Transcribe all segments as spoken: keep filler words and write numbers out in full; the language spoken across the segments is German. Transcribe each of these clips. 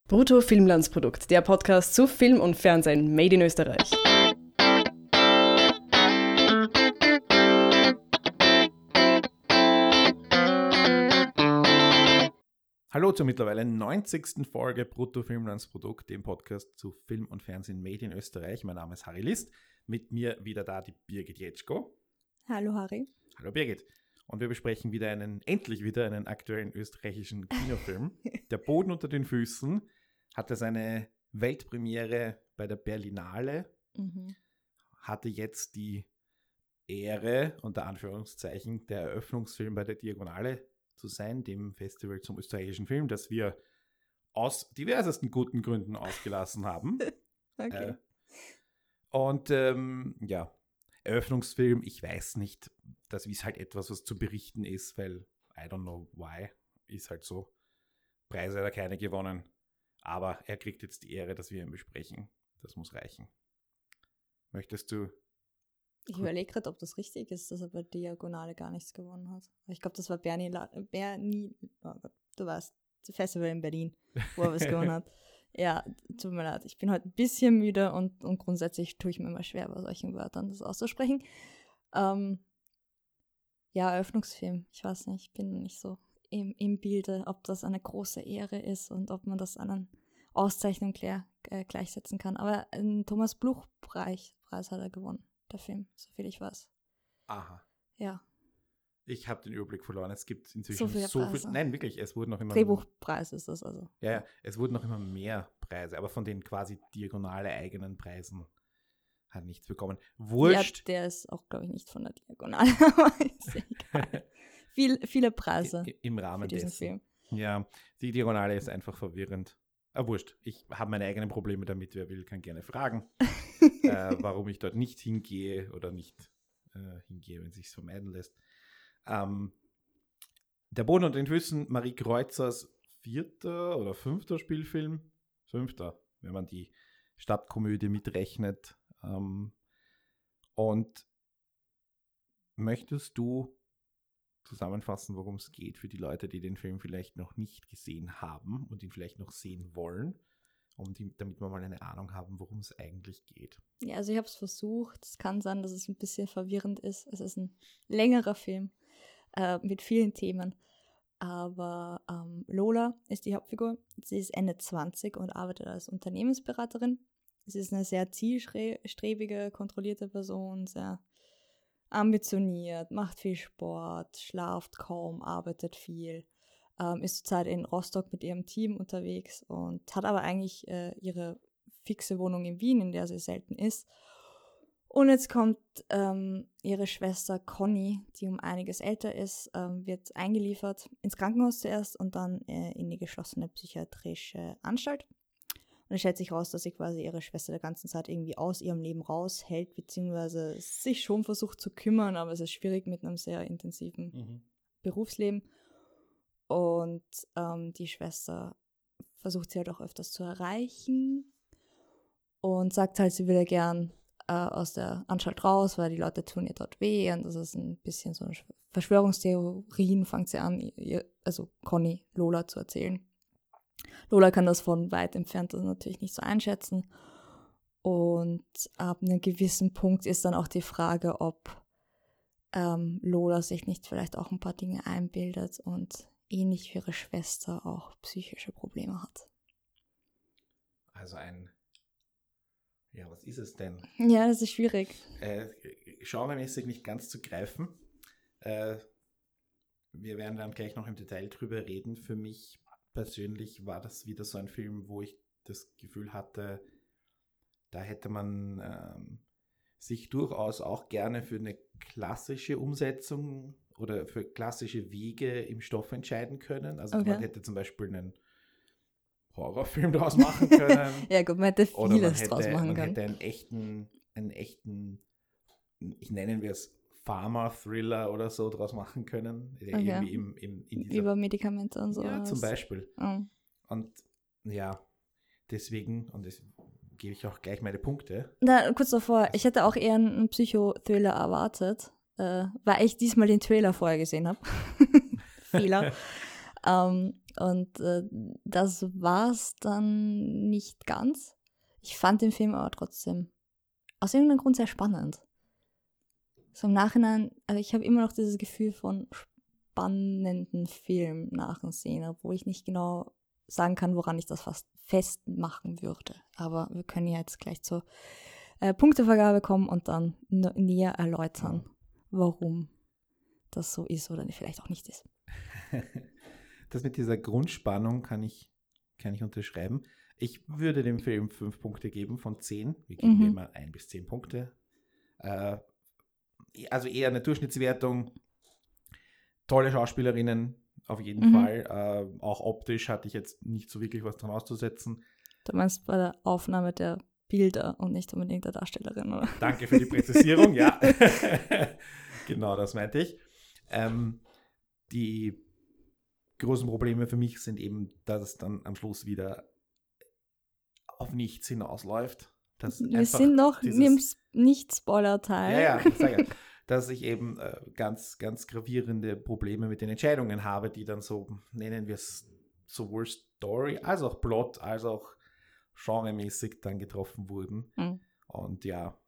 Brutto Filmlandsprodukt, der Podcast zu Film und Fernsehen made in Österreich. Hallo zur mittlerweile neunzigsten Folge Brutto Filmlandsprodukt, dem Podcast zu Film und Fernsehen made in Österreich. Mein Name ist Harry List, mit mir wieder da die Birgit Jetschko. Hallo Harry. Hallo Birgit. Und wir besprechen wieder einen, endlich wieder einen aktuellen österreichischen Kinofilm. Der Boden unter den Füßen hatte seine Weltpremiere bei der Berlinale, Mhm. hatte jetzt die Ehre, unter Anführungszeichen, der Eröffnungsfilm bei der Diagonale zu sein, dem Festival zum österreichischen Film, das wir aus diversesten guten Gründen ausgelassen haben. Okay. Äh, und ähm, ja, Eröffnungsfilm, ich weiß nicht, das ist halt etwas, was zu berichten ist, weil I don't know why, ist halt so. Preise hat er keine gewonnen, aber er kriegt jetzt die Ehre, dass wir ihn besprechen. Das muss reichen. Möchtest du? Ich überlege gerade, ob das richtig ist, dass er bei Diagonale gar nichts gewonnen hat. Aber ich glaube, das war Bernie, La- Bernie, oh Gott, du weißt, das Festival in Berlin, wo er was gewonnen hat. Ja, tut mir leid, ich bin heute ein bisschen müde und, und grundsätzlich tue ich mir immer schwer, bei solchen Wörtern das auszusprechen. Ähm, ja, Eröffnungsfilm, ich weiß nicht, ich bin nicht so im, im Bilde, ob das eine große Ehre ist und ob man das an einer Auszeichnung klär, äh, gleichsetzen kann. Aber einen Thomas Bluch-Preis Preis hat er gewonnen, der Film, soviel ich weiß. Aha. Ja, Ich habe den Überblick verloren. Es gibt inzwischen So viele so viel. Preise. Nein, wirklich, es wurden noch immer. Drehbuchpreis ist das also. Ja, ja, es wurden noch immer mehr Preise, aber von den quasi diagonale eigenen Preisen hat nichts bekommen. Wurscht. Ja, der ist auch, glaube ich, nicht von der Diagonale, aber ist egal. Viel, viele Preise I- Im Rahmen für diesen dessen. Film. Ja, die Diagonale ist einfach verwirrend. Ah, wurscht. Ich habe meine eigenen Probleme damit. Wer will, kann gerne fragen, äh, warum ich dort nicht hingehe oder nicht äh, hingehe, wenn es sich vermeiden lässt. Ähm, der Boden unter den Füßen, Marie Kreuzers vierter oder fünfter Spielfilm. Fünfter, wenn man die Stadtkomödie mitrechnet. Ähm, und möchtest du zusammenfassen, worum es geht für die Leute, die den Film vielleicht noch nicht gesehen haben und ihn vielleicht noch sehen wollen, um die, damit wir mal eine Ahnung haben, worum es eigentlich geht? Ja, also ich habe es versucht. Es kann sein, dass es ein bisschen verwirrend ist. Es ist ein längerer Film äh, mit vielen Themen. Aber ähm, Lola ist die Hauptfigur. Sie ist Ende zwanzig und arbeitet als Unternehmensberaterin. Sie ist eine sehr zielstrebige, kontrollierte Person, sehr ambitioniert, macht viel Sport, schlaft kaum, arbeitet viel, ähm, ist zurzeit in Rostock mit ihrem Team unterwegs und hat aber eigentlich äh, ihre fixe Wohnung in Wien, in der sie selten ist. Und jetzt kommt ähm, ihre Schwester Conny, die um einiges älter ist, ähm, wird eingeliefert ins Krankenhaus zuerst und dann äh, in die geschlossene psychiatrische Anstalt. Und es stellt sich raus, dass sie quasi ihre Schwester der ganzen Zeit irgendwie aus ihrem Leben raushält, beziehungsweise sich schon versucht zu kümmern, aber es ist schwierig mit einem sehr intensiven Mhm. Berufsleben. Und ähm, die Schwester versucht sie halt auch öfters zu erreichen und sagt halt, sie würde gern äh, aus der Anstalt raus, weil die Leute tun ihr dort weh und das ist ein bisschen so eine Verschwörungstheorien, fängt sie an, ihr, also Conny, Lola zu erzählen. Lola kann das von weit entfernt natürlich nicht so einschätzen. Und ab einem gewissen Punkt ist dann auch die Frage, ob ähm, Lola sich nicht vielleicht auch ein paar Dinge einbildet und ähnlich wie ihre Schwester auch psychische Probleme hat. Also ein, ja, was ist es denn? Ja, das ist schwierig. Äh, genremäßig nicht ganz zu greifen. Äh, wir werden dann gleich noch im Detail drüber reden. Für mich persönlich war das wieder so ein Film, wo ich das Gefühl hatte, da hätte man ähm, sich durchaus auch gerne für eine klassische Umsetzung oder für klassische Wege im Stoff entscheiden können. Also Okay. man hätte zum Beispiel einen Horrorfilm daraus machen können. Ja gut, man hätte Oder man vieles hätte, draus machen man können. hätte einen echten, einen echten, ich nennen wir es Pharma-Thriller oder so draus machen können. Der Okay. irgendwie im, im, in dieser, Über Medikamente und so. ja, zum was. Beispiel. Oh. Und ja, deswegen, und das gebe ich auch gleich meine Punkte. Na, kurz davor, ich hätte auch eher einen Psycho-Thriller erwartet, äh, weil ich diesmal den Trailer vorher gesehen habe. Fehler. ähm, Und äh, das war's dann nicht ganz. Ich fand den Film aber trotzdem aus irgendeinem Grund sehr spannend. So im Nachhinein, also ich habe immer noch dieses Gefühl von spannenden Film nach dem Szene, obwohl ich nicht genau sagen kann, woran ich das fast festmachen würde. Aber wir können ja jetzt gleich zur äh, Punktevergabe kommen und dann n- näher erläutern, warum das so ist oder vielleicht auch nicht ist. Das mit dieser Grundspannung kann ich, kann ich unterschreiben. Ich würde dem Film fünf Punkte geben von zehn. Wir geben Mhm. immer ein bis zehn Punkte. Äh, also eher eine Durchschnittswertung. Tolle Schauspielerinnen auf jeden Mhm. Fall. Äh, auch optisch hatte ich jetzt nicht so wirklich was dran auszusetzen. Du meinst bei der Aufnahme der Bilder und nicht unbedingt der Darstellerin, oder? Danke für die Präzisierung, ja. Genau, das meinte ich. Ähm, die großen Probleme für mich sind eben, dass es dann am Schluss wieder auf nichts hinausläuft. Dass Wir einfach sind noch dieses- im S- Nicht-Spoiler-Teil. Ja, ja, ich sage ja, dass ich eben äh, ganz, ganz gravierende Probleme mit den Entscheidungen habe, die dann so, nennen wir es sowohl Story als auch Plot, als auch genremäßig dann getroffen wurden. Mhm. Und ja,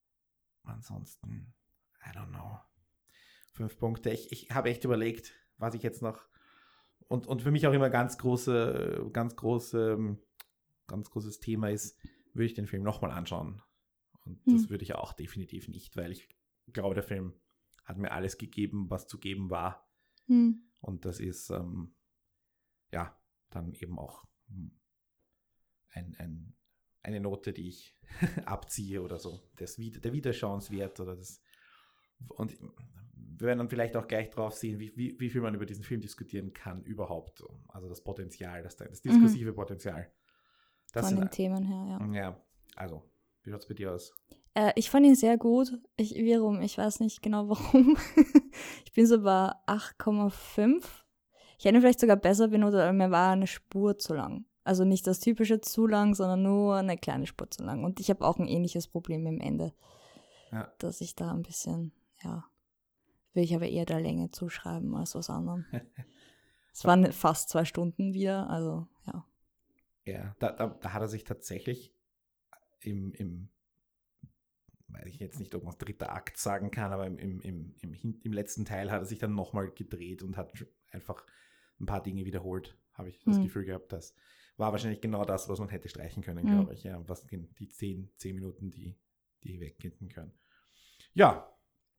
ansonsten, I don't know. Fünf Punkte. Ich, ich habe echt überlegt, was ich jetzt noch und, und für mich auch immer ganz große, ganz große, ganz großes Thema ist, würde ich den Film nochmal anschauen. Und das Hm. würde ich auch definitiv nicht, weil ich glaube, der Film hat mir alles gegeben, was zu geben war. Hm. Und das ist, ähm, ja, dann eben auch hm, ein, ein, eine Note, die ich abziehe oder so. Das, der Wiederschauenswert oder das. Und wir werden dann vielleicht auch gleich drauf sehen, wie, wie, wie viel man über diesen Film diskutieren kann überhaupt. Also das Potenzial, das, das diskursive Potenzial. Das Von sind, den Themen her, ja. ja, also, wie schaut es bei dir aus? Äh, ich fand ihn sehr gut. Ich, wiederum, ich weiß nicht genau warum. Ich bin so bei acht Komma fünf. Ich hätte ihn vielleicht sogar besser benotet, aber mir war eine Spur zu lang. Also nicht das typische zu lang, sondern nur eine kleine Spur zu lang. Und ich habe auch ein ähnliches Problem im Ende. Ja. Dass ich da ein bisschen, ja, will ich aber eher der Länge zuschreiben als was anderem. Es waren fast zwei Stunden wieder, also ja. Ja, da, da, da hat er sich tatsächlich im, im, weiß ich jetzt nicht, ob man dritter Akt sagen kann, aber im, im, im, im, im letzten Teil hat er sich dann nochmal gedreht und hat einfach ein paar Dinge wiederholt, habe ich das Hm. Gefühl gehabt. Das war wahrscheinlich genau das, was man hätte streichen können, Hm. glaube ich. Ja, was die zehn, zehn Minuten, die, die weggehen können. Ja,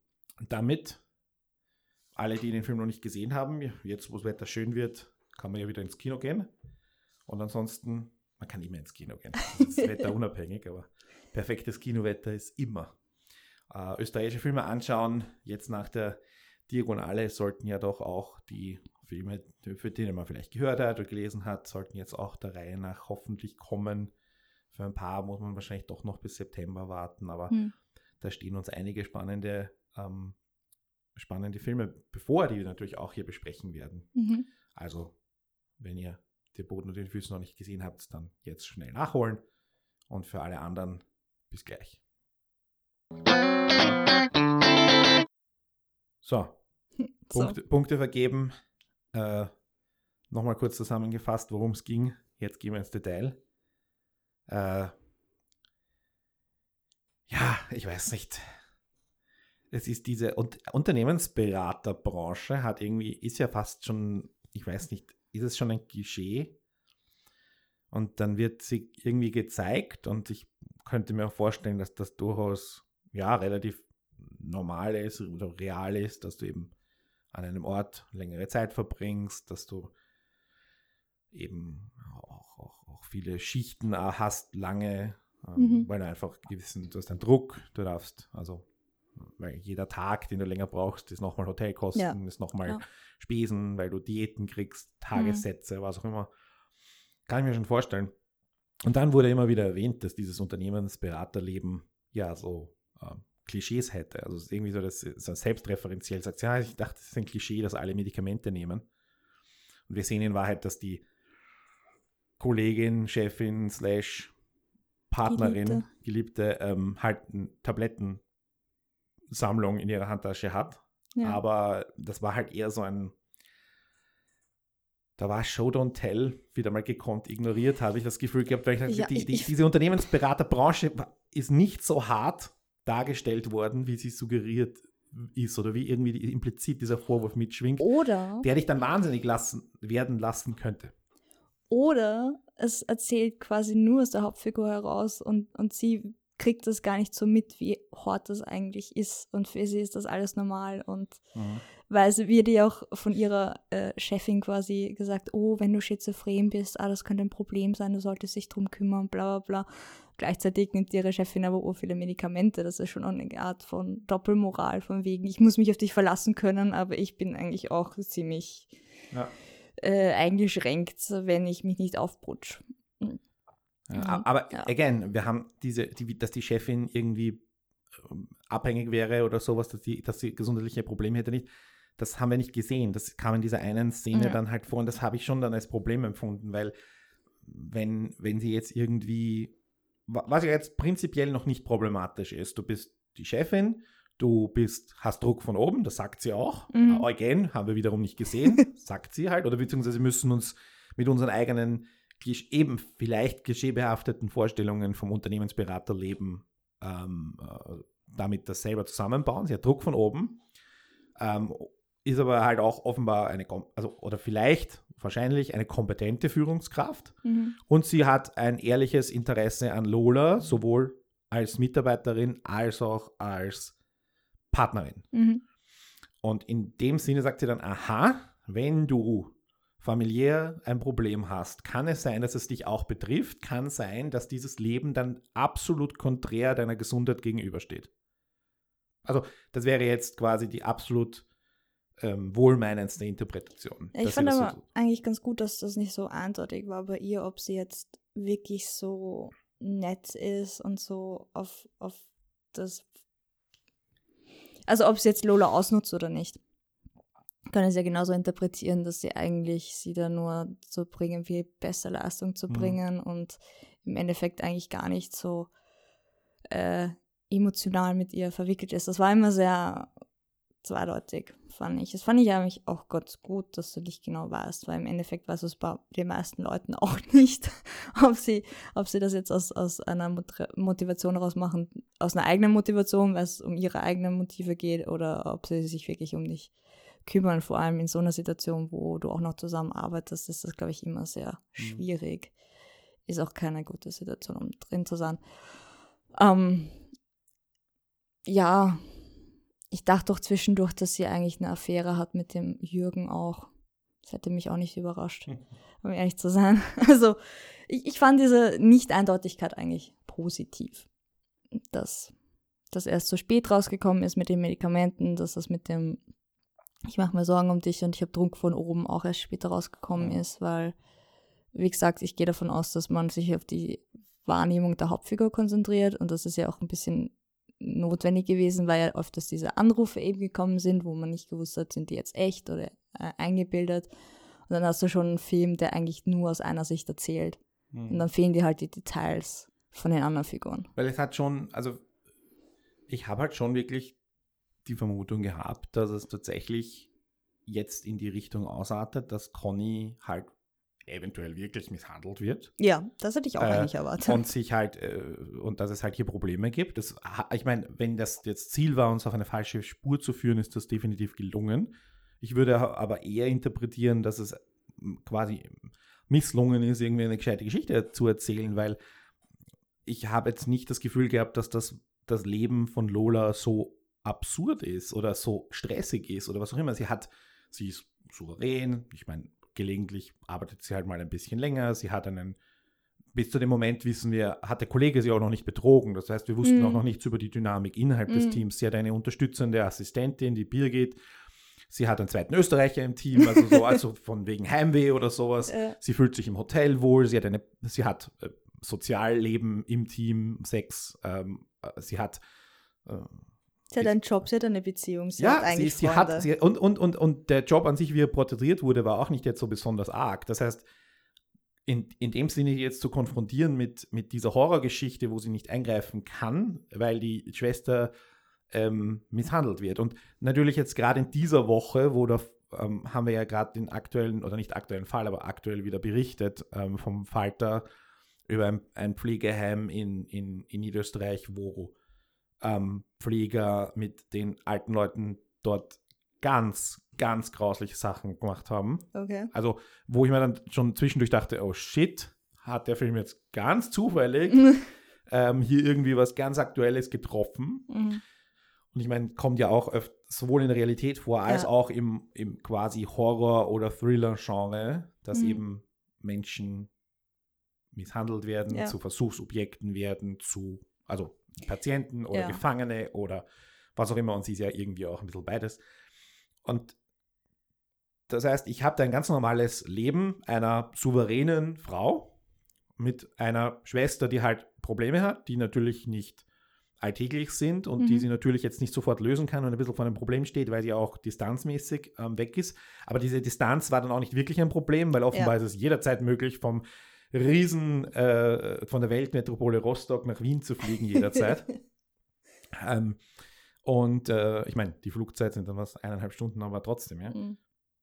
damit alle, die den Film noch nicht gesehen haben, jetzt, wo das Wetter schön wird, kann man ja wieder ins Kino gehen. Und ansonsten, man kann immer ins Kino gehen. Das ist wetterunabhängig, aber perfektes Kinowetter ist immer. Äh, österreichische Filme anschauen, jetzt nach der Diagonale sollten ja doch auch die Filme, für die man vielleicht gehört hat oder gelesen hat, sollten jetzt auch der Reihe nach hoffentlich kommen. Für ein paar muss man wahrscheinlich doch noch bis September warten, aber Hm. da stehen uns einige spannende, ähm, spannende Filme bevor, die wir natürlich auch hier besprechen werden. Mhm. Also, wenn ihr den Boden und den Füßen noch nicht gesehen habt, dann jetzt schnell nachholen. Und für alle anderen, bis gleich. So, So. Punkte, Punkte vergeben. Äh, Nochmal kurz zusammengefasst, worum es ging. Jetzt gehen wir ins Detail. Äh, ja, ich weiß nicht. Es ist diese Un- Unternehmensberaterbranche, hat irgendwie, ist ja fast schon, ich weiß nicht, ist es schon ein Klischee? Und dann wird sie irgendwie gezeigt und ich könnte mir auch vorstellen, dass das durchaus ja relativ normal ist oder real ist, dass du eben an einem Ort längere Zeit verbringst, dass du eben auch, auch, auch viele Schichten hast, lange, ähm, Mhm. weil du einfach gewissen, du hast einen Druck, du darfst, also weil jeder Tag, den du länger brauchst, ist nochmal Hotelkosten, Ja. ist nochmal Ja. Spesen, weil du Diäten kriegst, Tagessätze, was auch immer. Kann ich mir schon vorstellen. Und dann wurde immer wieder erwähnt, dass dieses Unternehmensberaterleben ja so äh, Klischees hätte. Also es ist irgendwie so, dass so selbstreferenziell sagt, ja, ich dachte, das ist ein Klischee, dass alle Medikamente nehmen. Und wir sehen in Wahrheit, dass die Kollegin, Chefin, slash Partnerin, Geliebte, Geliebte, ähm, halt eine Tablettensammlung in ihrer Handtasche hat. ja. Aber das war halt eher so ein da war Show Don't Tell wieder mal gekonnt ignoriert, habe ich das Gefühl gehabt, weil ich Ja, die, ich- die, ich- diese Unternehmensberaterbranche ist nicht so hart dargestellt worden, wie sie suggeriert ist oder wie irgendwie die, implizit dieser Vorwurf mitschwingt, Oder, der dich dann wahnsinnig lassen, werden lassen könnte. oder es erzählt quasi nur aus der Hauptfigur heraus und, und sie kriegt das gar nicht so mit, wie hart das eigentlich ist. Und für sie ist das alles normal. Und Mhm. weil sie wird ja auch von ihrer äh, Chefin quasi gesagt, oh, wenn du schizophren bist, ah, das könnte ein Problem sein, du solltest dich drum kümmern, bla bla bla. Gleichzeitig nimmt ihre Chefin aber auch viele Medikamente. Das ist schon eine Art von Doppelmoral, von wegen, ich muss mich auf dich verlassen können, aber ich bin eigentlich auch ziemlich Ja. äh, eingeschränkt, wenn ich mich nicht aufputsch. Ja, Mhm. aber Ja. again, wir haben diese, die, dass die Chefin irgendwie ähm, abhängig wäre oder sowas, dass, die, dass sie gesundheitliche Probleme hätte nicht. Das haben wir nicht gesehen. Das kam in dieser einen Szene Ja. dann halt vor und das habe ich schon dann als Problem empfunden, weil wenn, wenn sie jetzt irgendwie, wa- was ja jetzt prinzipiell noch nicht problematisch ist, du bist die Chefin, du bist, hast Druck von oben, das sagt sie auch. Mhm. Uh, again, haben wir wiederum nicht gesehen, sagt sie halt, oder beziehungsweise müssen uns mit unseren eigenen klisch- eben vielleicht klischeebehafteten Vorstellungen vom Unternehmensberaterleben ähm, äh, damit das selber zusammenbauen. Sie hat Druck von oben, ähm, ist aber halt auch offenbar eine, kom- also oder vielleicht, wahrscheinlich eine kompetente Führungskraft Mhm. und sie hat ein ehrliches Interesse an Lola, sowohl als Mitarbeiterin als auch als Partnerin. Mhm. Und in dem Sinne sagt sie dann, aha, wenn du familiär ein Problem hast, kann es sein, dass es dich auch betrifft, kann sein, dass dieses Leben dann absolut konträr deiner Gesundheit gegenübersteht. Also das wäre jetzt quasi die absolut ähm, wohlmeinendste Interpretation. Ich dass sie fand das aber so, eigentlich ganz gut, dass das nicht so eindeutig war bei ihr, ob sie jetzt wirklich so nett ist und so auf, auf das. Also ob sie jetzt Lola ausnutzt oder nicht. Kann es ja genauso interpretieren, dass sie eigentlich sie da nur zu bringen, wie bessere Leistung zu Mhm. bringen und im Endeffekt eigentlich gar nicht so äh, emotional mit ihr verwickelt ist. Das war immer sehr zweideutig, fand ich. Das fand ich eigentlich auch ganz gut, dass du nicht genau weißt, weil im Endeffekt weiß es bei den meisten Leuten auch nicht, ob sie, ob sie das jetzt aus, aus einer Mot- Motivation heraus machen, aus einer eigenen Motivation, weil es um ihre eigenen Motive geht, oder ob sie sich wirklich um dich kümmern. Vor allem in so einer Situation, wo du auch noch zusammenarbeitest, ist das, glaube ich, immer sehr schwierig. Ist auch keine gute Situation, um drin zu sein. Ähm, ja, ich dachte doch zwischendurch, dass sie eigentlich eine Affäre hat mit dem Jürgen auch. Das hätte mich auch nicht überrascht, um ehrlich zu sein. Also, ich, ich fand diese Nicht-Eindeutigkeit eigentlich positiv. Dass das erst so spät rausgekommen ist mit den Medikamenten, dass das mit dem ich mache mir Sorgen um dich und ich habe Druck von oben auch erst später rausgekommen ist, weil, wie gesagt, ich gehe davon aus, dass man sich auf die Wahrnehmung der Hauptfigur konzentriert und das ist ja auch ein bisschen notwendig gewesen, weil ja öfters diese Anrufe eben gekommen sind, wo man nicht gewusst hat, sind die jetzt echt oder äh, eingebildet. Und dann hast du schon einen Film, der eigentlich nur aus einer Sicht erzählt. Mhm. Und dann fehlen dir halt die Details von den anderen Figuren. Weil es hat schon, also ich habe halt schon wirklich die Vermutung gehabt, dass es tatsächlich jetzt in die Richtung ausartet, dass Conny halt eventuell wirklich misshandelt wird. Ja, das hätte ich auch Äh, eigentlich erwartet. Und sich halt, äh, und dass es halt hier Probleme gibt. Das, ha- ich meine, wenn das jetzt Ziel war, uns auf eine falsche Spur zu führen, ist das definitiv gelungen. Ich würde aber eher interpretieren, dass es quasi misslungen ist, irgendwie eine gescheite Geschichte zu erzählen, weil ich habe jetzt nicht das Gefühl gehabt, dass das, das Leben von Lola so absurd ist oder so stressig ist oder was auch immer. Sie hat, sie ist souverän, ich meine, gelegentlich arbeitet sie halt mal ein bisschen länger, sie hat einen, bis zu dem Moment wissen wir, hat der Kollege sie auch noch nicht betrogen, das heißt, wir wussten Mhm. auch noch nichts über die Dynamik innerhalb des Mhm. Teams. Sie hat eine unterstützende Assistentin, die Birgit, sie hat einen zweiten Österreicher im Team, also so, also von wegen Heimweh oder sowas. Äh. Sie fühlt sich im Hotel wohl, sie hat eine, sie hat äh, Sozialleben im Team, Sex, ähm, äh, sie hat äh, Sie hat einen Job, sie hat eine Beziehung, sie ja, hat sie, eigentlich sie Freunde. hat, sie, und, und, und, und der Job an sich, wie er porträtiert wurde, war auch nicht jetzt so besonders arg. Das heißt, in, in dem Sinne jetzt zu konfrontieren mit, mit dieser Horrorgeschichte, wo sie nicht eingreifen kann, weil die Schwester ähm, misshandelt wird. Und natürlich jetzt gerade in dieser Woche, wo der ähm, haben wir ja gerade den aktuellen, oder nicht aktuellen Fall, aber aktuell wieder berichtet ähm, vom Falter über ein, ein Pflegeheim in, in, in Niederösterreich, wo ähm, Pfleger mit den alten Leuten dort ganz, ganz grausliche Sachen gemacht haben. Okay. Also, wo ich mir dann schon zwischendurch dachte, oh shit, hat der Film jetzt ganz zufällig ähm, hier irgendwie was ganz Aktuelles getroffen. Mhm. Und ich meine, kommt ja auch öfter sowohl in der Realität vor, als Ja. auch im, im quasi Horror- oder Thriller-Genre, dass Mhm. eben Menschen misshandelt werden, Ja. zu Versuchsobjekten werden, zu, also Patienten oder Ja. Gefangene oder was auch immer. Und sie ist ja irgendwie auch ein bisschen beides. Und das heißt, ich habe da ein ganz normales Leben einer souveränen Frau mit einer Schwester, die halt Probleme hat, die natürlich nicht alltäglich sind und Mhm. die sie natürlich jetzt nicht sofort lösen kann und ein bisschen vor einem Problem steht, weil sie auch distanzmäßig ähm, weg ist. Aber diese Distanz war dann auch nicht wirklich ein Problem, weil offenbar Ja. ist es jederzeit möglich, vom Riesen, äh, von der Weltmetropole Rostock nach Wien zu fliegen jederzeit. ähm, und äh, ich meine, die Flugzeit sind dann was, eineinhalb Stunden, aber trotzdem, ja. Mhm.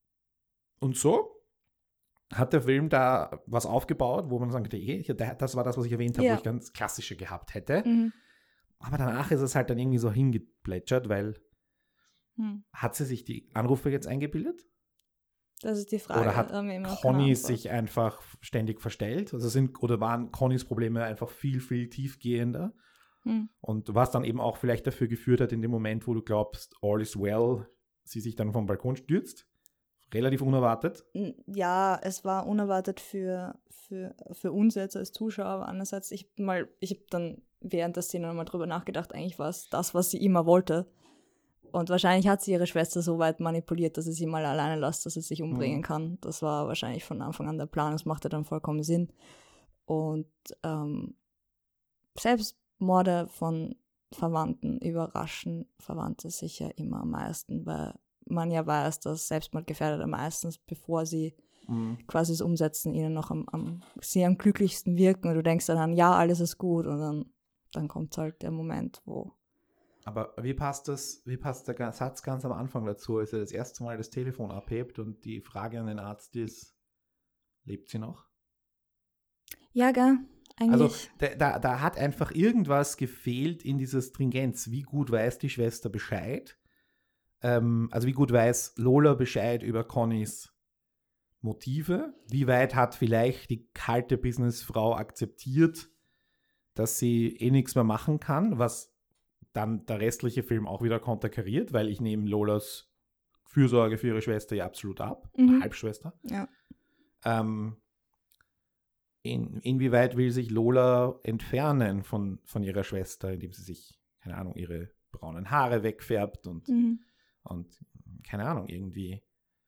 Und so hat der Film da was aufgebaut, wo man sagen könnte, eh, das war das, was ich erwähnt habe, Ja. wo ich ganz klassische gehabt hätte. Mhm. Aber danach ist es halt dann irgendwie so hingeplätschert, weil Mhm. hat sie sich die Anrufe jetzt eingebildet? Das ist die Frage. Oder hat da haben wir immer noch keine Conny Antwort. sich einfach ständig verstellt? Also sind, oder waren Connys Probleme einfach viel, viel tiefgehender? Mhm. Und was dann eben auch vielleicht dafür geführt hat, in dem Moment, wo du glaubst, all is well, sie sich dann vom Balkon stürzt. Relativ unerwartet. N- Ja, es war unerwartet für, für, für uns jetzt als Zuschauer, aber andererseits, ich hab mal, ich habe dann während der Szene nochmal drüber nachgedacht, eigentlich war es das, was sie immer wollte. Und wahrscheinlich hat sie ihre Schwester so weit manipuliert, dass sie sie mal alleine lässt, dass sie sich umbringen Mhm. kann. Das war wahrscheinlich von Anfang an der Plan, das machte dann vollkommen Sinn. Und ähm, Selbstmorde von Verwandten überraschen Verwandte sicher immer am meisten, weil man ja weiß, dass Selbstmordgefährdete meistens, bevor sie Mhm. quasi das umsetzen, ihnen noch am, am sehr am glücklichsten wirken und du denkst dann an, ja, alles ist gut und dann, dann kommt halt der Moment, wo Aber wie passt das, wie passt der Ga- Satz ganz am Anfang dazu, als er das erste Mal das Telefon abhebt und die Frage an den Arzt ist, lebt sie noch? ja, gell, eigentlich, Also da, da, da hat einfach irgendwas gefehlt in dieser Stringenz. Wie gut weiß die Schwester Bescheid? Ähm, also wie gut weiß Lola Bescheid über Connys Motive? Wie weit hat vielleicht die kalte Businessfrau akzeptiert, dass sie eh nichts mehr machen kann, was dann der restliche Film auch wieder konterkariert, weil ich nehme Lolas Fürsorge für ihre Schwester ja absolut ab, Mhm. Halbschwester. ja. Ähm, in, inwieweit will sich Lola entfernen von, von ihrer Schwester, indem sie sich, keine Ahnung, ihre braunen Haare wegfärbt und, Mhm. und keine Ahnung, irgendwie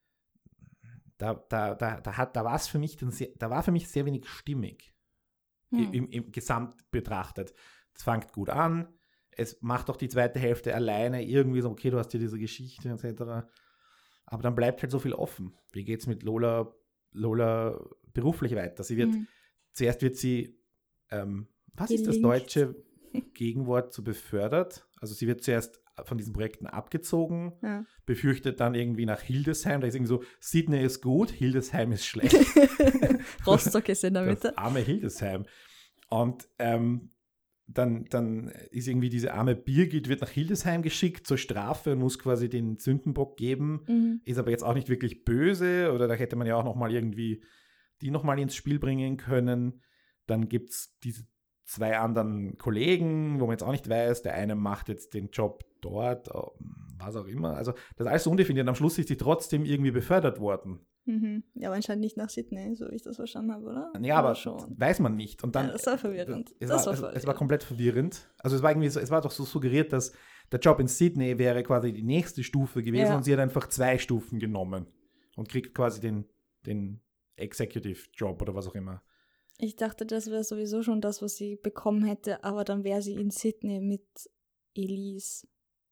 da, da, da, da, hat, da war es für mich dann sehr, da war für mich sehr wenig stimmig Mhm. im, im Gesamt betrachtet. Es fängt gut an, es macht auch die zweite Hälfte alleine irgendwie so, okay, du hast hier diese Geschichte et cetera. Aber dann bleibt halt so viel offen. Wie geht es mit Lola, Lola beruflich weiter? Sie wird, Mhm. zuerst wird sie, ähm, was ist das Gelingt. deutsche Gegenwort zu befördert? Also sie wird zuerst von diesen Projekten abgezogen, Ja. befürchtet dann irgendwie nach Hildesheim. Da ist irgendwie so, Sydney ist gut, Hildesheim ist schlecht. Rostock ist in der Mitte. Das arme Hildesheim. Und ähm, dann, dann ist irgendwie diese arme Birgit, wird nach Hildesheim geschickt zur Strafe und muss quasi den Sündenbock geben. Mhm. Ist aber jetzt auch nicht wirklich böse oder da hätte man ja auch nochmal irgendwie die nochmal ins Spiel bringen können. Dann gibt es diese zwei anderen Kollegen, wo man jetzt auch nicht weiß, der eine macht jetzt den Job dort, was auch immer. Also das ist alles so undefiniert. Am Schluss ist sie trotzdem irgendwie befördert worden. Mhm. Ja, aber anscheinend nicht nach Sydney, so wie ich das verstanden habe, oder? Ja, aber Oder schon. weiß man nicht. Und dann, Ja, das war verwirrend. Es, Das war, war es, es verwirrend. war komplett verwirrend. Also es war irgendwie so, es war doch so suggeriert, dass der Job in Sydney wäre quasi die nächste Stufe gewesen Ja. und sie hat einfach zwei Stufen genommen und kriegt quasi den, den Executive Job oder was auch immer. Ich dachte, das wäre sowieso schon das, was sie bekommen hätte, aber dann wäre sie in Sydney mit Elise.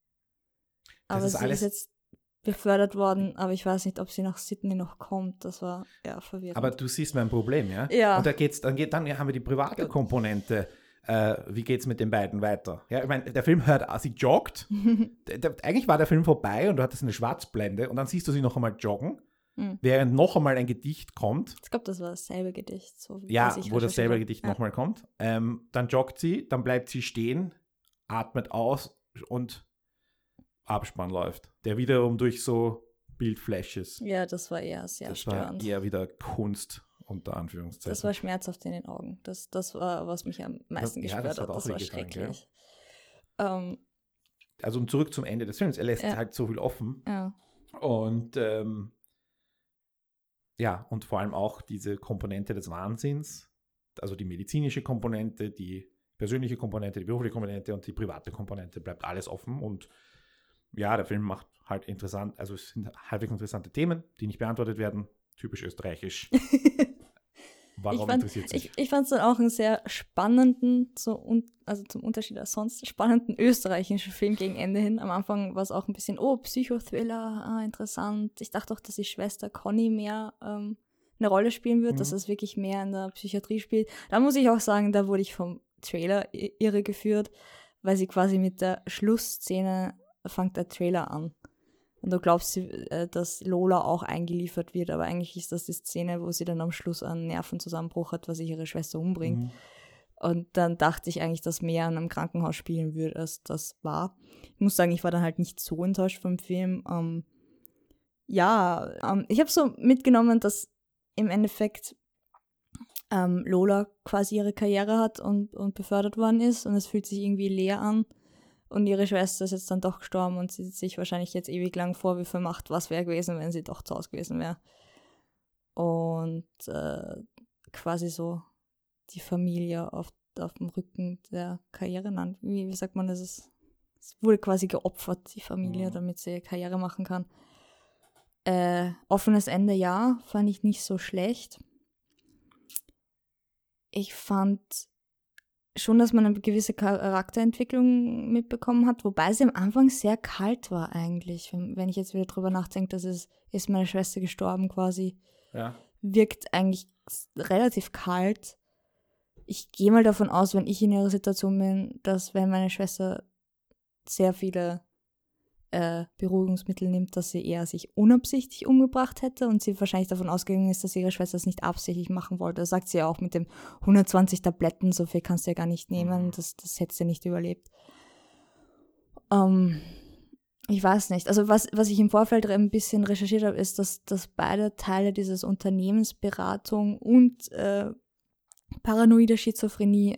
Aber ist sie alles- ist jetzt befördert worden, aber ich weiß nicht, ob sie nach Sydney noch kommt. Das war ja verwirrend. Aber du siehst mein Problem, ja? Ja. Und da geht's, dann, geht, dann haben wir die private Gut. Komponente. äh, wie geht's mit den beiden weiter? Ja, ich meine, der Film hört, sie joggt. der, der, eigentlich war der Film vorbei und du hattest eine Schwarzblende und dann siehst du sie noch einmal joggen, mhm. während noch einmal ein Gedicht kommt. Ich glaube, das war dasselbe Gedicht. So, ja, wo dasselbe Gedicht ja. nochmal kommt. Ähm, dann joggt sie, dann bleibt sie stehen, atmet aus und Abspann läuft. Der wiederum durch so Bildflashes. Ja, das war eher sehr das störend. Das war eher wieder Kunst, unter Anführungszeichen. Das war schmerzhaft in den Augen. Das, das war, was mich am meisten das, gestört ja, das hat. hat. Das war schrecklich. Ähm, also zurück zum Ende des Films. Er lässt ja. halt so viel offen. Ja. Und ähm, ja, und vor allem auch diese Komponente des Wahnsinns, also die medizinische Komponente, die persönliche Komponente, die berufliche Komponente und die private Komponente bleibt alles offen. Und ja, der Film macht halt interessant, also es sind halbwegs interessante Themen, die nicht beantwortet werden. Typisch österreichisch. Warum fand, interessiert sich? Ich, ich fand es dann auch einen sehr spannenden, so un, also zum Unterschied als sonst, spannenden österreichischen Film gegen Ende hin. Am Anfang war es auch ein bisschen, oh, Psychothriller, ah, interessant. Ich dachte auch, dass die Schwester Conny mehr ähm, eine Rolle spielen wird, mhm. dass es wirklich mehr in der Psychiatrie spielt. Da muss ich auch sagen, da wurde ich vom Trailer irregeführt, weil sie quasi mit der Schlussszene fängt der Trailer an. Und du glaubst, dass Lola auch eingeliefert wird, aber eigentlich ist das die Szene, wo sie dann am Schluss einen Nervenzusammenbruch hat, was sich ihre Schwester umbringt. Mhm. Und dann dachte ich eigentlich, dass mehr an einem Krankenhaus spielen würde, als das war. Ich muss sagen, ich war dann halt nicht so enttäuscht vom Film. Ähm, ja, ähm, ich habe so mitgenommen, dass im Endeffekt ähm, Lola quasi ihre Karriere hat und, und befördert worden ist und es fühlt sich irgendwie leer an. Und ihre Schwester ist jetzt dann doch gestorben und sie sich wahrscheinlich jetzt ewig lang Vorwürfe macht, was wäre gewesen, wenn sie doch zu Hause gewesen wäre. Und äh, quasi so die Familie auf, auf dem Rücken der Karriere nannt. Wie, wie sagt man das? Ist, es wurde quasi geopfert, die Familie, mhm. damit sie Karriere machen kann. Äh, offenes Ende, ja, fand ich nicht so schlecht. Ich fand schon, dass man eine gewisse Charakterentwicklung mitbekommen hat, wobei sie am Anfang sehr kalt war eigentlich. Wenn, wenn ich jetzt wieder drüber nachdenke, dass es ist meine Schwester gestorben quasi, ja. wirkt eigentlich relativ kalt. Ich gehe mal davon aus, wenn ich in ihrer Situation bin, dass wenn meine Schwester sehr viele äh, Beruhigungsmittel nimmt, dass sie eher sich unabsichtlich umgebracht hätte und sie wahrscheinlich davon ausgegangen ist, dass ihre Schwester es nicht absichtlich machen wollte. Das sagt sie ja auch mit dem hundertzwanzig Tabletten, so viel kannst du ja gar nicht nehmen, das, das hätte sie nicht überlebt. Ähm, ich weiß nicht. Also was, was ich im Vorfeld ein bisschen recherchiert habe, ist, dass, dass beide Teile dieses Unternehmensberatung und äh, paranoide Schizophrenie,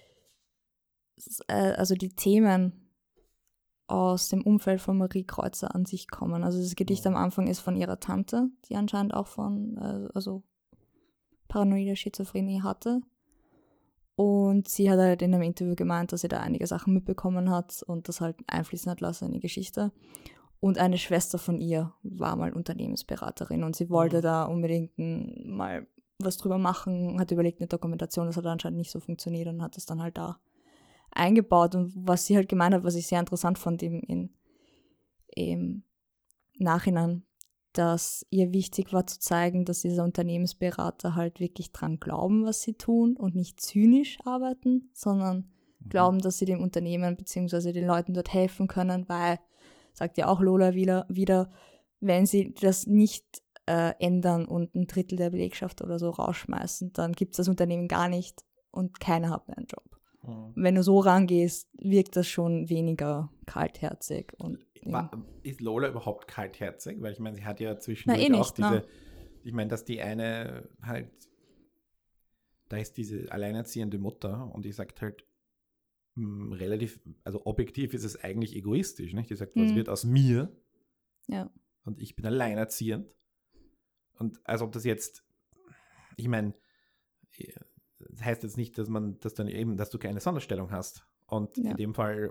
äh, also die Themen aus dem Umfeld von Marie Kreuzer an sich kommen. Also das Gedicht am Anfang ist von ihrer Tante, die anscheinend auch von, äh, also paranoide Schizophrenie hatte. Und sie hat halt in einem Interview gemeint, dass sie da einige Sachen mitbekommen hat und das halt einfließen hat lassen in die Geschichte. Und eine Schwester von ihr war mal Unternehmensberaterin und sie wollte mhm. da unbedingt mal was drüber machen, hat überlegt eine Dokumentation, das hat anscheinend nicht so funktioniert und hat es dann halt da eingebaut. Und was sie halt gemeint hat, was ich sehr interessant fand im, in, im Nachhinein, dass ihr wichtig war zu zeigen, dass diese Unternehmensberater halt wirklich dran glauben, was sie tun und nicht zynisch arbeiten, sondern mhm. glauben, dass sie dem Unternehmen bzw. den Leuten dort helfen können, weil, sagt ja auch Lola wieder, wieder wenn sie das nicht äh, ändern und ein Drittel der Belegschaft oder so rausschmeißen, dann gibt es das Unternehmen gar nicht und keiner hat mehr einen Job. Mhm. Wenn du so rangehst, wirkt das schon weniger kaltherzig. Und War, ist Lola überhaupt kaltherzig? Weil ich meine, sie hat ja zwischendurch Na, eh nicht, auch diese, na. ich meine, dass die eine halt, da ist diese alleinerziehende Mutter und die sagt halt mh, relativ, also objektiv ist es eigentlich egoistisch, nicht? Die sagt, was mhm. wird aus mir? Ja. Und ich bin alleinerziehend. Und als ob das jetzt, ich meine, das heißt jetzt nicht, dass man, dass dann eben, dass du keine Sonderstellung hast. Und ja. in dem Fall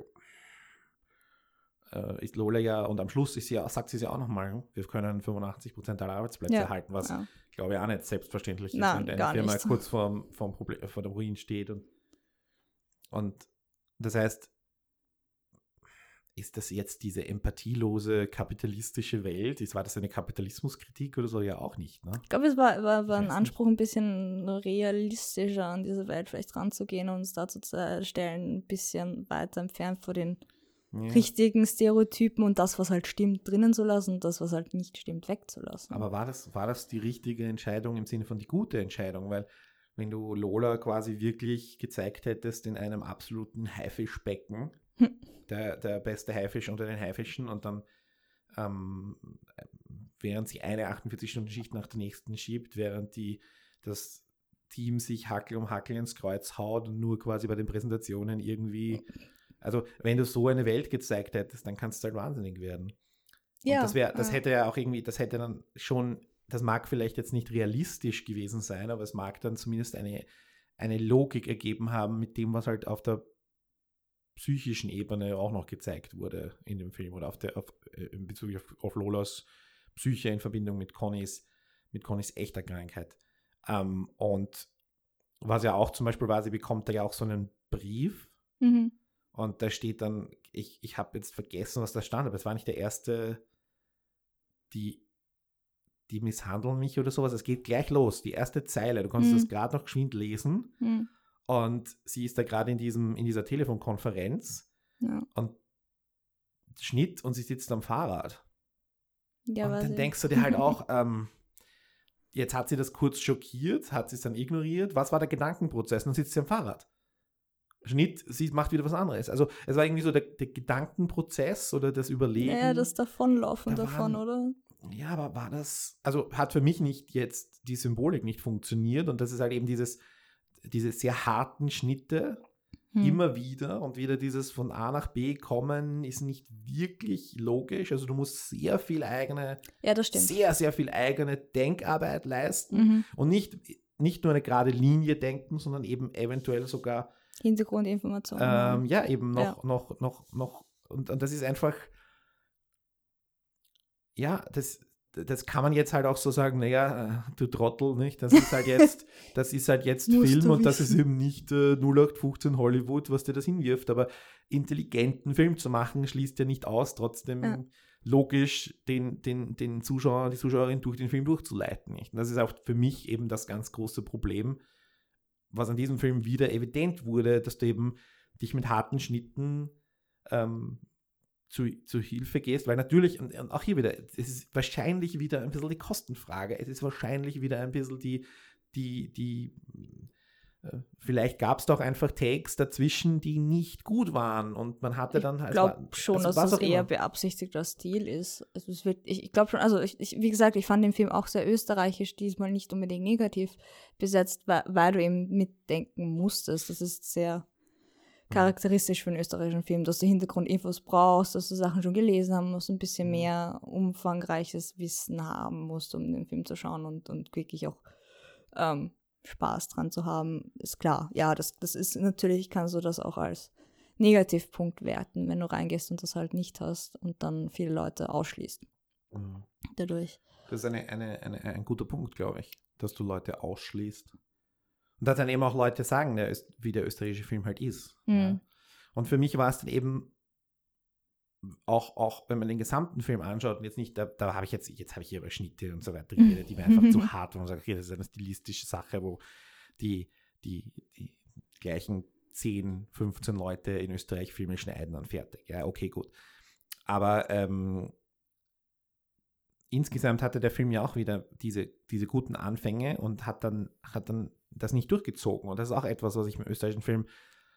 äh, ist Lola ja, und am Schluss ist sie ja, sagt sie es ja auch nochmal, wir können fünfundachtzig Prozent aller Arbeitsplätze ja. erhalten, was ja. ich glaube auch nicht selbstverständlich ist, Nein, wenn eine Firma nicht. kurz vor, vor, Problem, vor dem Ruin steht. Und, und das heißt, ist das jetzt diese empathielose kapitalistische Welt? Ist, war das eine Kapitalismuskritik oder so? Ja, auch nicht, ne? Ich glaube, es war, war, war ein Ich weiß Anspruch, ein bisschen realistischer an diese Welt vielleicht ranzugehen und uns darzustellen, ein bisschen weiter entfernt von den Ja. richtigen Stereotypen und das, was halt stimmt, drinnen zu lassen und das, was halt nicht stimmt, wegzulassen. Aber war das, war das die richtige Entscheidung im Sinne von die gute Entscheidung? Weil wenn du Lola quasi wirklich gezeigt hättest in einem absoluten Haifischbecken, Hm. der, der beste Haifisch unter den Haifischen und dann ähm, während sie eine achtundvierzig-Stunden-Schicht nach der nächsten schiebt, während die, das Team sich Hackel um Hackel ins Kreuz haut und nur quasi bei den Präsentationen irgendwie, also wenn du so eine Welt gezeigt hättest, dann kannst du halt wahnsinnig werden. Ja, und das wäre, das ja. hätte ja auch irgendwie, das hätte dann schon, das mag vielleicht jetzt nicht realistisch gewesen sein, aber es mag dann zumindest eine, eine Logik ergeben haben mit dem, was halt auf der psychischen Ebene auch noch gezeigt wurde in dem Film oder auf der, auf, in Bezug auf, auf Lolas Psyche in Verbindung mit Connys, mit Connys echter Krankheit. Ähm, und was ja auch zum Beispiel war, sie bekommt da ja auch so einen Brief Mhm. und da steht dann, ich, ich habe jetzt vergessen, was da stand, aber es war nicht der erste, die, die misshandeln mich oder sowas. Es geht gleich los, die erste Zeile. Du kannst Mhm. das gerade noch geschwind lesen. Mhm. Und sie ist da gerade in diesem, in dieser Telefonkonferenz Ja, und Schnitt und sie sitzt am Fahrrad. ja und weiß dann ich. denkst du dir halt auch, ähm, jetzt hat sie das kurz schockiert, hat sie es dann ignoriert. Was war der Gedankenprozess? Und dann sitzt sie am Fahrrad. Schnitt, sie macht wieder was anderes. Also es war irgendwie so der, der Gedankenprozess oder das Überlegen. Ja, das Davonlaufen Da davon, waren- oder? Ja, aber war das, also hat für mich nicht jetzt die Symbolik nicht funktioniert und das ist halt eben dieses, diese sehr harten Schnitte Hm. immer wieder und wieder dieses von A nach B kommen ist nicht wirklich logisch. Also du musst sehr viel eigene, Ja, das stimmt. sehr, sehr viel eigene Denkarbeit leisten Mhm. und nicht, nicht nur eine gerade Linie denken, sondern eben eventuell sogar Hintergrundinformationen. ähm, ja, eben noch, Ja. noch, noch, noch, und, und das ist einfach, ja, das, das kann man jetzt halt auch so sagen, naja, äh, du Trottel, nicht? Das ist halt jetzt, das ist halt jetzt Musst Film du und das ist wissen. eben nicht äh, null acht fünfzehn Hollywood, was dir das hinwirft, aber intelligenten Film zu machen, schließt ja nicht aus, trotzdem Ja. logisch den, den, den Zuschauer, die Zuschauerin durch den Film durchzuleiten, nicht? Und das ist auch für mich eben das ganz große Problem, was an diesem Film wieder evident wurde, dass du eben dich mit harten Schnitten ähm, zu, zu Hilfe gehst, weil natürlich, und, und auch hier wieder, es ist wahrscheinlich wieder ein bisschen die Kostenfrage, es ist wahrscheinlich wieder ein bisschen die, die, die, äh, vielleicht gab es doch einfach Takes dazwischen, die nicht gut waren und man hatte dann Ich halt. glaube schon, also dass was das auch eher immer. beabsichtigter Stil ist. Also es wird, ich ich glaube schon, also ich, ich, wie gesagt, ich fand den Film auch sehr österreichisch, diesmal nicht unbedingt negativ besetzt, weil, weil du eben mitdenken musstest. Das ist sehr charakteristisch für einen österreichischen Film, dass du Hintergrundinfos brauchst, dass du Sachen schon gelesen haben musst, ein bisschen Mhm. mehr umfangreiches Wissen haben musst, um den Film zu schauen und, und wirklich auch ähm, Spaß dran zu haben, ist klar. Ja, das, das ist natürlich, kannst du das auch als Negativpunkt werten, wenn du reingehst und das halt nicht hast und dann viele Leute ausschließt Mhm. dadurch. Das ist eine, eine, eine, ein guter Punkt, glaube ich, dass du Leute ausschließt. Und dass dann eben auch Leute sagen, der ist, wie der österreichische Film halt ist. Mhm. Ja. Und für mich war es dann eben auch, auch, wenn man den gesamten Film anschaut, und jetzt nicht, da, da habe ich jetzt, jetzt habe ich hier über Schnitte und so weiter geredet, die mir einfach zu hart waren. Man sagt, okay, das ist eine stilistische Sache, wo die, die, die gleichen zehn, fünfzehn Leute in Österreich Filme schneiden und fertig. Ja, okay, gut. Aber ähm, insgesamt hatte der Film ja auch wieder diese, diese guten Anfänge und hat dann, hat dann das nicht durchgezogen. Und das ist auch etwas, was ich im österreichischen Film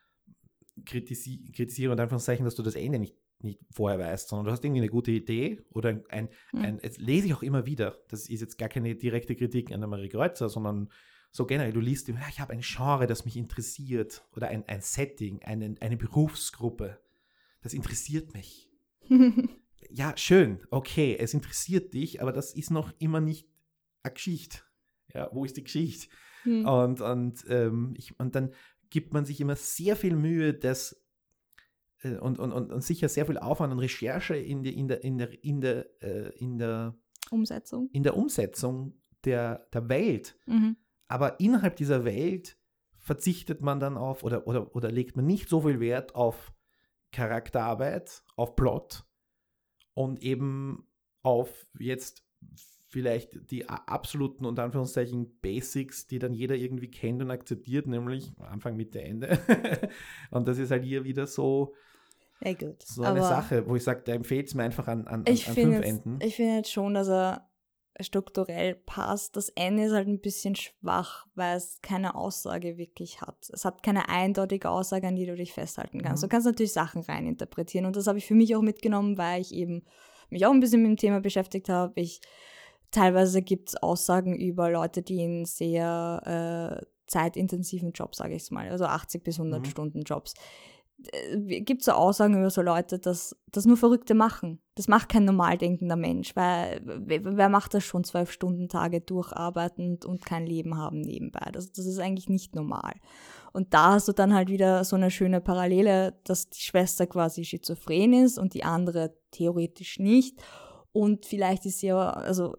kritisi- kritisiere und Anführungszeichen, dass du das Ende nicht, nicht vorher weißt, sondern du hast irgendwie eine gute Idee oder ein, ein, Mhm. ein jetzt lese ich auch immer wieder, das ist jetzt gar keine direkte Kritik an der Marie Kreuzer, sondern so generell, du liest, ja, ich habe ein Genre, das mich interessiert oder ein, ein Setting, eine, eine Berufsgruppe, das interessiert mich. Ja, schön, okay, es interessiert dich, aber das ist noch immer nicht eine Geschichte. Ja, wo ist die Geschichte? Mhm. Und, und, ähm, ich, und dann gibt man sich immer sehr viel Mühe, das äh, und, und, und, und sicher sehr viel Aufwand und Recherche in, die, in, der, in, der, in, der, äh, in, der, Umsetzung. in der Umsetzung der, der Welt. Mhm. Aber innerhalb dieser Welt verzichtet man dann auf oder, oder, oder legt man nicht so viel Wert auf Charakterarbeit, auf Plot und eben auf jetzt vielleicht die absoluten, unter Anführungszeichen, Basics, die dann jeder irgendwie kennt und akzeptiert, nämlich Anfang, Mitte, Ende. Und das ist halt hier wieder so, Ja, gut. so eine Aber Sache, wo ich sage, da empfiehlt es mir einfach an, an, ich an finde fünf jetzt, Enden. ich finde jetzt schon, dass er strukturell passt. Das Ende ist halt ein bisschen schwach, weil es keine Aussage wirklich hat. Es hat keine eindeutige Aussage, an die du dich festhalten kannst. Mhm. Du kannst natürlich Sachen reininterpretieren und das habe ich für mich auch mitgenommen, weil ich eben mich auch ein bisschen mit dem Thema beschäftigt habe. Ich teilweise gibt es Aussagen über Leute, die in sehr äh, zeitintensiven Jobs, sage ich es mal, also achtzig bis hundert Mhm. Stunden Jobs. Gibt es so Aussagen über so Leute, dass das nur Verrückte machen. Das macht kein normal denkender Mensch, weil wer, wer macht das schon zwölf Stunden Tage durcharbeitend und kein Leben haben nebenbei? Das, das ist eigentlich nicht normal. Und da hast du dann halt wieder so eine schöne Parallele, dass die Schwester quasi schizophren ist und die andere theoretisch nicht. Und vielleicht ist sie ja, also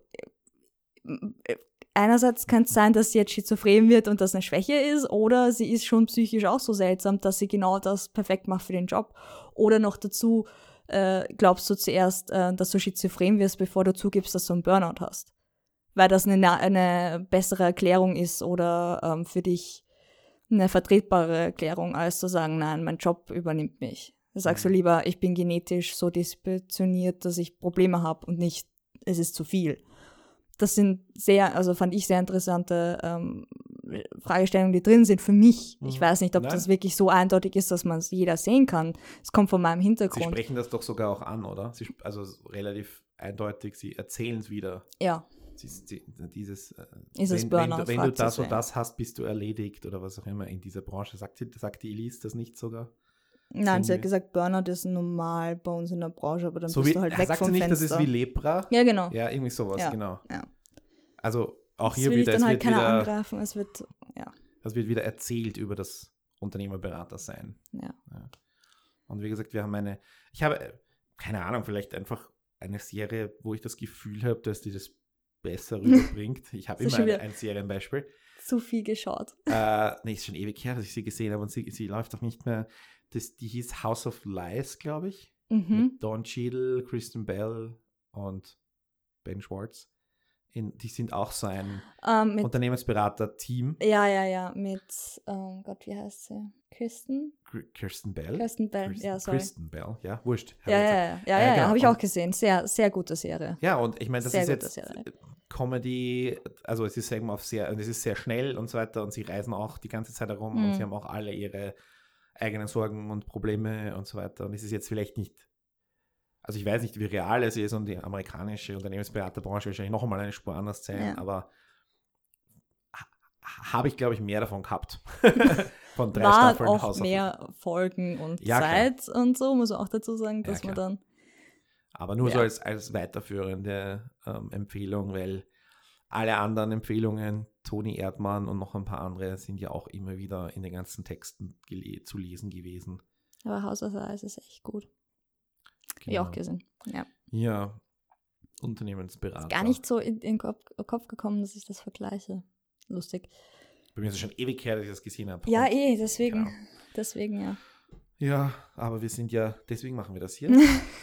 einerseits kann es sein, dass sie jetzt schizophren wird und das eine Schwäche ist, oder sie ist schon psychisch auch so seltsam, dass sie genau das perfekt macht für den Job. Oder noch dazu äh, glaubst du zuerst, äh, dass du schizophren wirst, bevor du zugibst, dass du einen Burnout hast. Weil das eine, eine bessere Erklärung ist oder ähm, für dich eine vertretbare Erklärung, als zu sagen, nein, mein Job übernimmt mich. Da sagst du lieber, ich bin genetisch so dispositioniert, dass ich Probleme habe und nicht, es ist zu viel. Das sind sehr, also fand ich sehr interessante ähm, Fragestellungen, die drin sind für mich. Mhm. Ich weiß nicht, ob Nein. das wirklich so eindeutig ist, dass man es jeder sehen kann. Es kommt von meinem Sie Hintergrund. sprechen das doch sogar auch an, oder? Sie, also relativ eindeutig, sie erzählen es wieder. Ja, Sie, sie, dieses, äh, Ist es wenn, Burnout, wenn, du- wenn du fragt sie das so, und ja. das hast, bist du erledigt oder was auch immer in dieser Branche. Sagt die, sagt die Elise das nicht sogar? nein, sie hat Irgendwie- gesagt, Burnout ist normal bei uns in der Branche, aber dann So bist wie, du halt weg sagt vom sie nicht, Fenster. das ist wie Lepra? Ja, genau. Ja, irgendwie sowas, Ja, genau. ja. Also auch Das hier will ich wieder, dann es halt wird keiner wieder, angreifen, es wird, ja, es wird wieder erzählt über das Unternehmerberater sein. ja. Und wie gesagt, wir haben eine, ich habe, äh, keine Ahnung, vielleicht einfach eine Serie, wo ich das Gefühl habe, dass die das besser rüberbringt. Ich habe Das ist immer schon eine, ein Serienbeispiel. Zu viel geschaut. Äh, nee, ist schon ewig her, dass ich sie gesehen habe und sie, sie läuft auch nicht mehr. Das, die hieß House of Lies, glaube ich. Mhm. Mit Don Cheadle, Kristen Bell und Ben Schwartz. In, die sind auch so ein Ähm, mit, Unternehmensberater-Team. ja, ja, ja, mit, ähm, Gott, wie heißt sie? Kirsten? Kr- Kirsten Bell. Kirsten Bell, Kristen, ja, sorry. Kristen Bell, ja, wurscht. hab Ja, ich ja, gesagt. ja, ja, Äh, ja, genau. habe ich Und- auch gesehen. Sehr, sehr gute Serie. Ja, und ich meine, das Sehr ist gute jetzt Serie. Comedy, also es ist eben auf sehr, und es ist sehr schnell und so weiter und sie reisen auch die ganze Zeit herum Mhm. und sie haben auch alle ihre eigenen Sorgen und Probleme und so weiter. Und es ist jetzt vielleicht nicht, also ich weiß nicht, wie real es ist und die amerikanische Unternehmensberaterbranche wahrscheinlich noch einmal eine Spur anders sein, Ja. aber ha- habe ich, glaube ich, mehr davon gehabt. Von drei War Staffeln auch House of mehr Folgen und Ja, klar. Zeit und so, muss man auch dazu sagen, Ja, dass man klar. dann, Aber nur so Ja. als, als weiterführende ähm, Empfehlung, weil alle anderen Empfehlungen, Toni Erdmann und noch ein paar andere, sind ja auch immer wieder in den ganzen Texten gele- zu lesen gewesen. aber House of Lies ist echt gut. Hab ich Genau. auch gesehen. Ja. Ja, Unternehmensberater. Gar nicht so in den Kopf, Kopf gekommen, dass ich das vergleiche. Lustig. Bei mir ist es schon ewig her, dass ich das gesehen habe. Ja, Und- eh, deswegen, Genau. deswegen, ja. Ja, aber wir sind ja, deswegen machen wir das hier.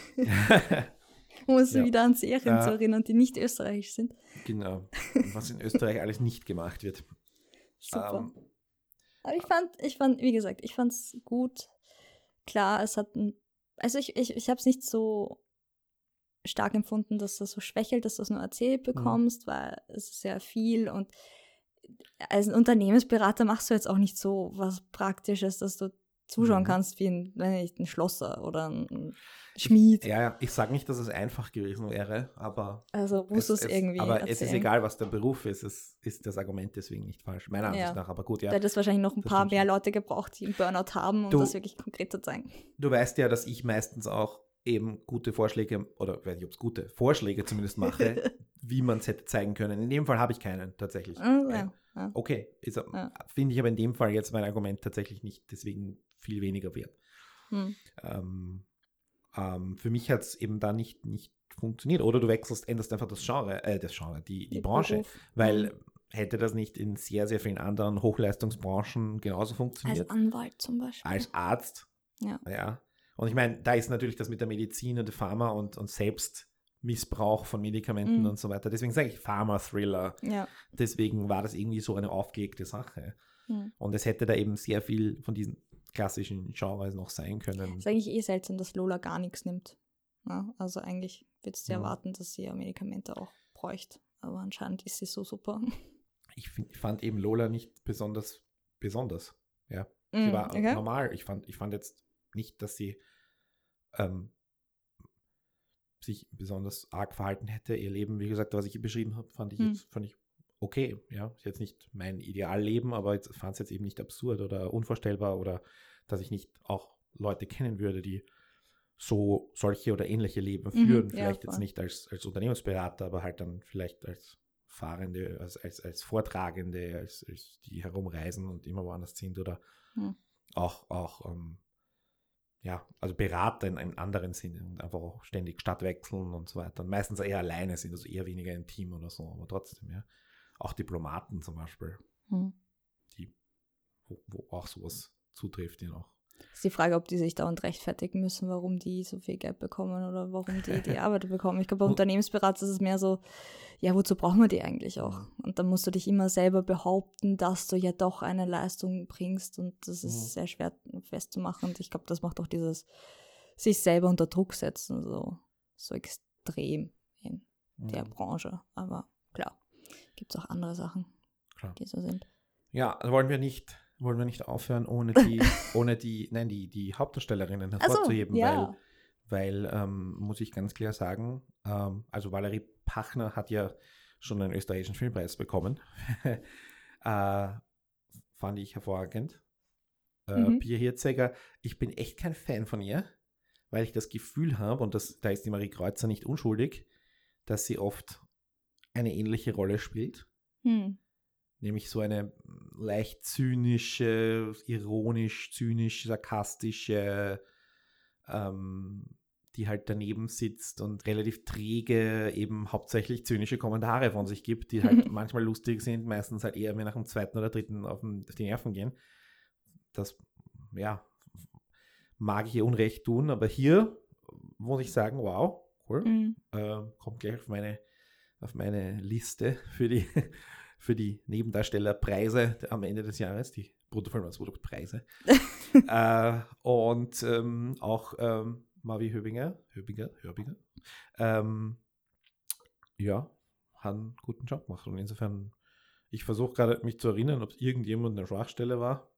Um uns Ja. wieder an Serien Ja. zu erinnern, die nicht österreichisch sind. Genau. Und was in Österreich alles nicht gemacht wird. Super. Ähm, Aber ich fand, ich fand, wie gesagt, ich fand es gut. Klar, es hat ein, also ich, ich, ich habe es nicht so stark empfunden, dass das so schwächelt, dass du es nur erzählt bekommst, weil es ist sehr viel und als ein Unternehmensberater machst du jetzt auch nicht so was Praktisches, dass du zuschauen Mhm. kannst wie ein, wenn nicht, ein Schlosser oder ein Schmied. Ja, ja, ich sage nicht, dass es einfach gewesen wäre, aber Also musst du es irgendwie aber erzählen. es ist egal, was der Beruf ist. Es ist das Argument deswegen nicht falsch. Meiner Ansicht Ja. nach, aber gut, ja. Da hätte es wahrscheinlich noch ein das paar stimmt mehr schon. Leute gebraucht, die einen Burnout haben, um Du- das wirklich konkret zu zeigen. Du weißt ja, dass ich meistens auch eben gute Vorschläge, oder weiß nicht, ob es gute Vorschläge zumindest mache, wie man es hätte zeigen können. In dem Fall habe ich keinen, tatsächlich. Also, Ja. ja, ja. Okay, ist, Ja. finde ich aber in dem Fall jetzt mein Argument tatsächlich nicht, deswegen viel weniger wert. Hm. Ähm, ähm, für mich hat es eben da nicht, nicht funktioniert. Oder du wechselst, änderst einfach das Genre, äh, das Genre, die, die, Die Branche. Beruf. Weil Mhm. hätte das nicht in sehr, sehr vielen anderen Hochleistungsbranchen genauso funktioniert. Als Anwalt zum Beispiel. Als Arzt, Ja. ja. Und ich meine, da ist natürlich das mit der Medizin und der Pharma und, und Selbstmissbrauch von Medikamenten Mhm. und so weiter. Deswegen sage ich Pharma-Thriller. Ja. Deswegen war das irgendwie so eine aufgelegte Sache. Mhm. Und es hätte da eben sehr viel von diesen klassischen Genres noch sein können. Ist eigentlich eh seltsam, dass Lola gar nichts nimmt. Ja, also eigentlich würdest du Ja. erwarten, dass sie ja Medikamente auch bräuchte. Aber anscheinend ist sie so super. Ich, find, ich fand eben Lola nicht besonders besonders. Ja, sie Mm, war okay. normal. Ich fand, ich fand jetzt nicht, dass sie ähm, sich besonders arg verhalten hätte. Ihr Leben, wie gesagt, was ich beschrieben habe, fand ich Hm. jetzt fand ich okay. Ja, ist jetzt nicht mein Idealleben, aber ich fand es jetzt eben nicht absurd oder unvorstellbar oder dass ich nicht auch Leute kennen würde, die so solche oder ähnliche Leben Mhm, führen. ja, Vielleicht jetzt voll. nicht als, als Unternehmensberater, aber halt dann vielleicht als Fahrende, als, als, als Vortragende, als, als die herumreisen und immer woanders sind oder Hm. auch, auch ähm, ja, also Berater in einem anderen Sinne und einfach auch ständig Stadt wechseln und so weiter. Und meistens eher alleine sind, also eher weniger im Team oder so, aber trotzdem, ja. Auch Diplomaten zum Beispiel, Hm. die, wo, wo auch sowas zutrifft, die noch. Ist die Frage, ob die sich dauernd rechtfertigen müssen, warum die so viel Geld bekommen oder warum die die Arbeit bekommen. Ich glaube, bei Wo- Unternehmensberater ist es mehr so, ja, wozu brauchen wir die eigentlich auch? Und dann musst du dich immer selber behaupten, dass du ja doch eine Leistung bringst und das ist Mhm. sehr schwer festzumachen. Und ich glaube, das macht auch dieses sich selber unter Druck setzen so, so extrem in der Mhm. Branche. Aber klar, gibt es auch andere Sachen, Klar. die so sind. Ja, wollen wir nicht, wollen wir nicht aufhören, ohne die, ohne die, nein, die, die Hauptdarstellerinnen Ach so, hervorzuheben, ja. weil, weil ähm, muss ich ganz klar sagen, ähm, also Valerie Pachner hat ja schon einen österreichischen Filmpreis bekommen. äh, fand ich hervorragend. Äh, Mhm. Pia Hirzegger, ich bin echt kein Fan von ihr, weil ich das Gefühl habe, und das, da ist die Marie Kreuzer nicht unschuldig, dass sie oft eine ähnliche Rolle spielt. Hm. Nämlich so eine leicht zynische, ironisch, zynisch, sarkastische, ähm, die halt daneben sitzt und relativ träge eben hauptsächlich zynische Kommentare von sich gibt, die halt manchmal lustig sind, meistens halt eher mir nach dem zweiten oder dritten auf, den, auf die Nerven gehen. Das, ja, mag ich ihr Unrecht tun, aber hier muss ich sagen, wow, cool, Hm. äh, kommt gleich auf meine, auf meine Liste für die für die Nebendarstellerpreise am Ende des Jahres, die Bruttofilmlandsproduktpreise. äh, und ähm, auch ähm, Mavi Höbinger, Höbinger, Höbinger, ähm, ja, hat einen guten Job gemacht. Und insofern, ich versuche gerade mich zu erinnern, ob es irgendjemand eine Schwachstelle war.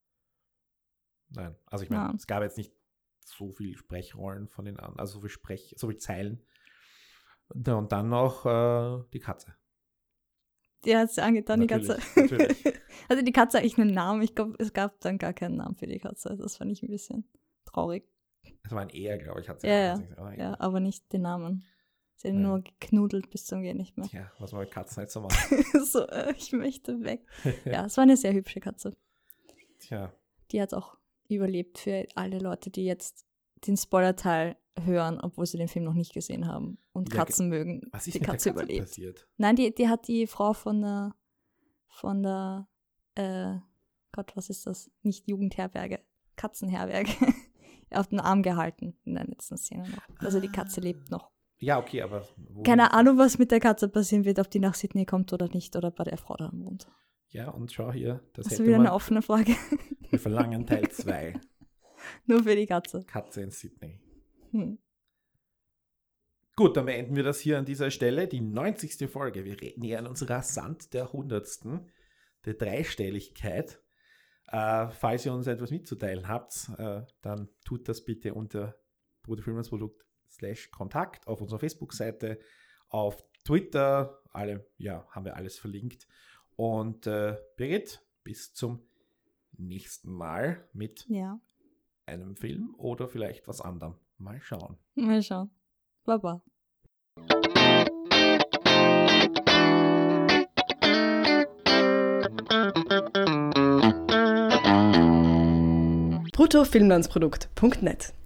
Nein, also ich meine, Ja. es gab jetzt nicht so viel Sprechrollen von den anderen, also so viel Sprech, so viel Zeilen. Da- Und dann noch äh, die Katze. Die hat sie angetan, die Natürlich, Katze. natürlich. Also die Katze hat eigentlich einen Namen. Ich glaube, es gab dann gar keinen Namen für die Katze. Das fand ich ein bisschen traurig. Es war ein Er, glaube ich, hat sie Ja, ja. gesagt. Aber Ja, aber nicht den Namen. Sie hat ihn Ja. nur geknudelt bis zum Gehen nicht mehr. Tja, was man mit Katzen halt so macht. So, äh, ich möchte weg. Ja, es war eine sehr hübsche Katze. Tja, Die hat auch überlebt für alle Leute, die jetzt den Spoiler-Teil hören, obwohl sie den Film noch nicht gesehen haben und Ja, Katzen mögen. was ist Die mit Katze der Katze überlebt. passiert? Nein, die, die hat die Frau von der, von der, äh, Gott, was ist das? Nicht Jugendherberge, Katzenherberge, auf den Arm gehalten in der letzten Szene noch. Also die Katze lebt noch. Ja, okay, aber... wo- Keine Ahnung, was mit der Katze passieren wird, ob die nach Sydney kommt oder nicht oder bei der Frau da wohnt. Ja, und schau hier, das Das ist hätte wieder eine man... offene Frage. Wir verlangen Teil zwei. Nur für die Katze. Katze in Sydney. Hm. Gut, dann beenden wir das hier an dieser Stelle. Die neunzigste Folge. Wir nähern uns rasant der hundertsten der Dreistelligkeit. Äh, falls ihr uns etwas mitzuteilen habt, äh, dann tut das bitte unter Bruderfilmlandsprodukt slash Kontakt auf unserer Facebook-Seite, auf Twitter, alle, ja, haben wir alles verlinkt. Und äh, Birgit, bis zum nächsten Mal mit Ja, einem Film oder vielleicht was anderem. Mal schauen. mal schauen. Baba. bruttofilmlandsprodukt punkt net